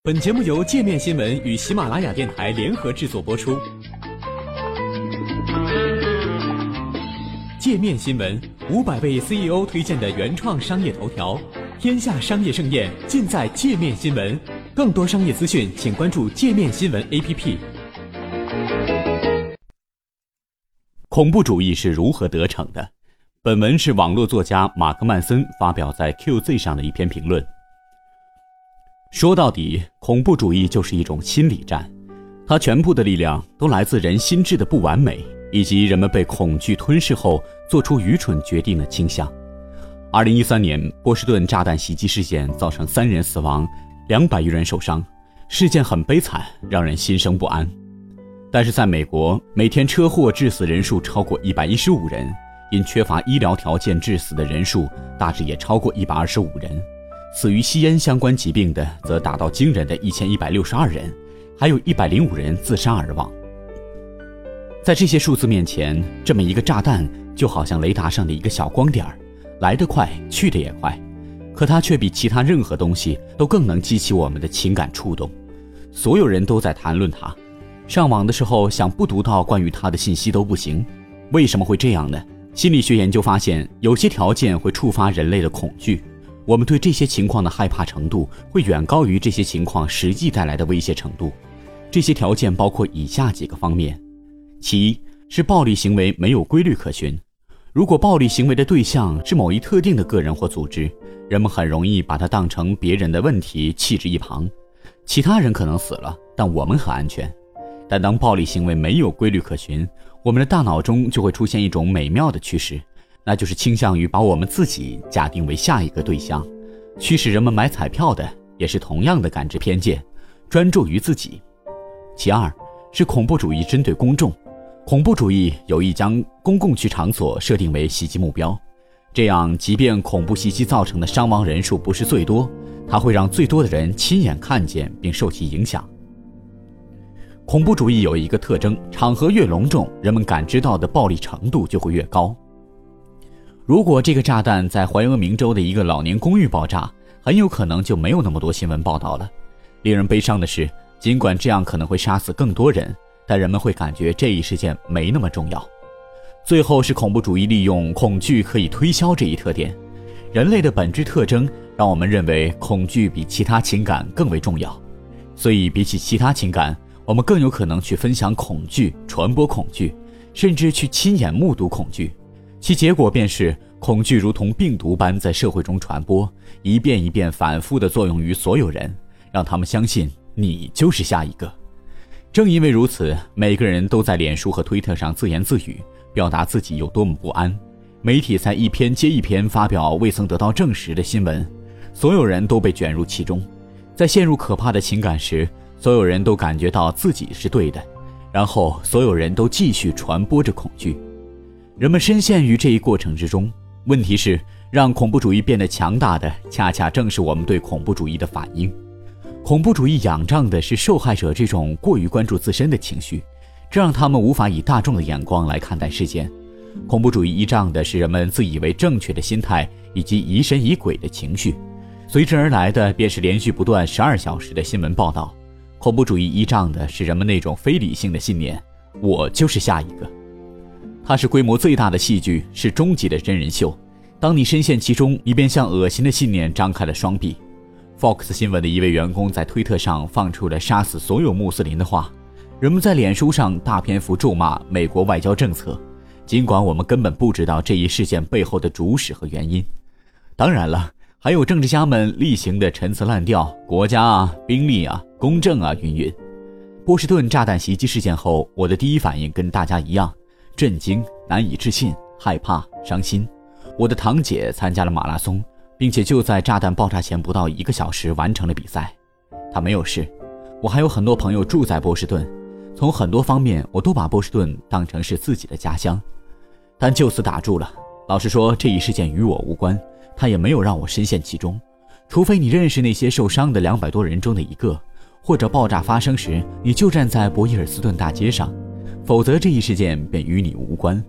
本节目由界面新闻与喜马拉雅电台联合制作播出。界面新闻500位 CEO 推荐的原创商业头条，天下商业盛宴尽在界面新闻。更多商业资讯，请关注界面新闻 APP。 恐怖主义是如何得逞的？本文是网络作家马克曼森发表在 QZ 上的一篇评论。说到底，恐怖主义就是一种心理战，它全部的力量都来自人心智的不完美，以及人们被恐惧吞噬后做出愚蠢决定的倾向。2013年波士顿炸弹袭击事件造成3人死亡，200余人受伤，事件很悲惨，让人心生不安。但是在美国，每天车祸致死人数超过115人，因缺乏医疗条件致死的人数大致也超过125人，死于吸烟相关疾病的则达到惊人的1162人，还有105人自杀而亡。在这些数字面前，这么一个炸弹就好像雷达上的一个小光点，来得快，去得也快，可它却比其他任何东西都更能激起我们的情感触动。所有人都在谈论它，上网的时候想不读到关于它的信息都不行。为什么会这样呢？心理学研究发现，有些条件会触发人类的恐惧，我们对这些情况的害怕程度会远高于这些情况实际带来的威胁程度。这些条件包括以下几个方面。其一是暴力行为没有规律可循。如果暴力行为的对象是某一特定的个人或组织，人们很容易把它当成别人的问题弃之一旁。其他人可能死了，但我们很安全。但当暴力行为没有规律可循，我们的大脑中就会出现一种美妙的趋势，那就是倾向于把我们自己假定为下一个对象。驱使人们买彩票的也是同样的感知偏见，专注于自己。其二是恐怖主义针对公众。恐怖主义有意将公共区场所设定为袭击目标，这样即便恐怖袭击造成的伤亡人数不是最多，它会让最多的人亲眼看见并受其影响。恐怖主义有一个特征，场合越隆重，人们感知到的暴力程度就会越高。如果这个炸弹在怀俄明州的一个老年公寓爆炸，很有可能就没有那么多新闻报道了。令人悲伤的是，尽管这样可能会杀死更多人，但人们会感觉这一事件没那么重要。最后是恐怖主义利用恐惧可以推销这一特点。人类的本质特征让我们认为恐惧比其他情感更为重要，所以比起其他情感，我们更有可能去分享恐惧，传播恐惧，甚至去亲眼目睹恐惧。其结果便是恐惧如同病毒般在社会中传播，一遍一遍反复地作用于所有人，让他们相信你就是下一个。正因为如此，每个人都在脸书和推特上自言自语，表达自己有多么不安。媒体才一篇接一篇发表未曾得到证实的新闻，所有人都被卷入其中。在陷入可怕的情感时，所有人都感觉到自己是对的，然后所有人都继续传播着恐惧。人们深陷于这一过程之中。问题是，让恐怖主义变得强大的恰恰正是我们对恐怖主义的反应。恐怖主义仰仗的是受害者这种过于关注自身的情绪，这让他们无法以大众的眼光来看待事件。恐怖主义依仗的是人们自以为正确的心态以及疑神疑鬼的情绪，随之而来的便是连续不断12小时的新闻报道。恐怖主义依仗的是人们那种非理性的信念，我就是下一个。它是规模最大的戏剧，是终极的真人秀。当你深陷其中，你便像恶心的信念张开了双臂。Fox 新闻的一位员工在推特上放出了杀死所有穆斯林的话，人们在脸书上大篇幅咒骂美国外交政策，尽管我们根本不知道这一事件背后的主使和原因。当然了，还有政治家们例行的陈词滥调，国家啊，兵力啊，公正啊，云云。波士顿炸弹袭击事件后，我的第一反应跟大家一样，震惊、难以置信、害怕、伤心。我的堂姐参加了马拉松，并且就在炸弹爆炸前不到1个小时完成了比赛。她没有事。我还有很多朋友住在波士顿，从很多方面我都把波士顿当成是自己的家乡。但就此打住了。老实说，这一事件与我无关，它也没有让我深陷其中。除非你认识那些受伤的200多人中的一个，或者爆炸发生时你就站在博伊尔斯顿大街上，否则这一事件便与你无关。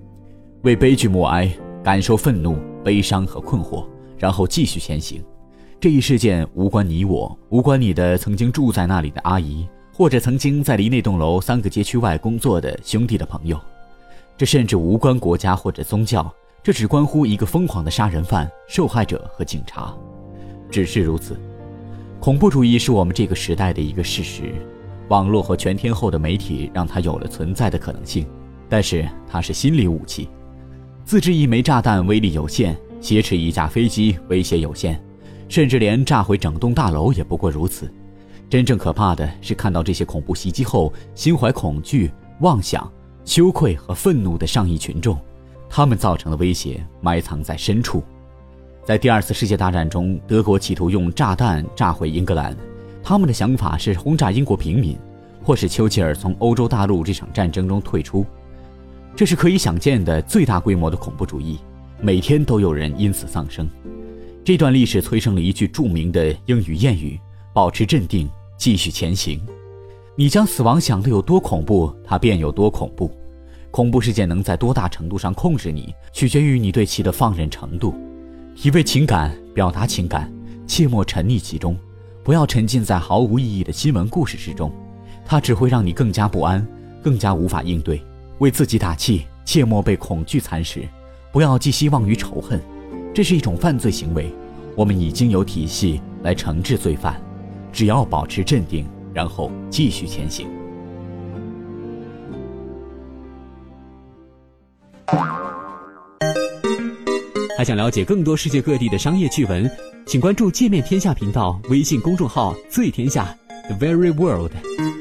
为悲剧默哀，感受愤怒、悲伤和困惑，然后继续前行。 这一事件无关你我，无关你的曾经住在那里的阿姨，或者曾经在离那栋楼3个街区外工作的兄弟的朋友。这甚至无关国家或者宗教，这只关乎一个疯狂的杀人犯、受害者和警察。只是如此。恐怖主义是我们这个时代的一个事实，网络和全天候的媒体让它有了存在的可能性，但是它是心理武器。自制一枚炸弹威力有限，挟持一架飞机威胁有限，甚至连炸毁整栋大楼也不过如此。真正可怕的是看到这些恐怖袭击后心怀恐惧、妄想、羞愧和愤怒的上亿群众，他们造成的威胁埋藏在深处。在第2次世界大战中，德国企图用炸弹炸毁英格兰，他们的想法是轰炸英国平民，或是丘吉尔从欧洲大陆这场战争中退出。这是可以想见的最大规模的恐怖主义，每天都有人因此丧生。这段历史催生了一句著名的英语谚语：保持镇定，继续前行。你将死亡想得有多恐怖，它便有多恐怖。恐怖事件能在多大程度上控制你，取决于你对其的放任程度。体味情感，表达情感，切莫沉溺其中，不要沉浸在毫无意义的新闻故事之中，它只会让你更加不安，更加无法应对。为自己打气，切莫被恐惧蚕食，不要寄希望于仇恨，这是一种犯罪行为。我们已经有体系来惩治罪犯，只要保持镇定，然后继续前行。 还想了解更多世界各地的商业趣闻，请关注界面天下频道微信公众号“最天下 The Very World”。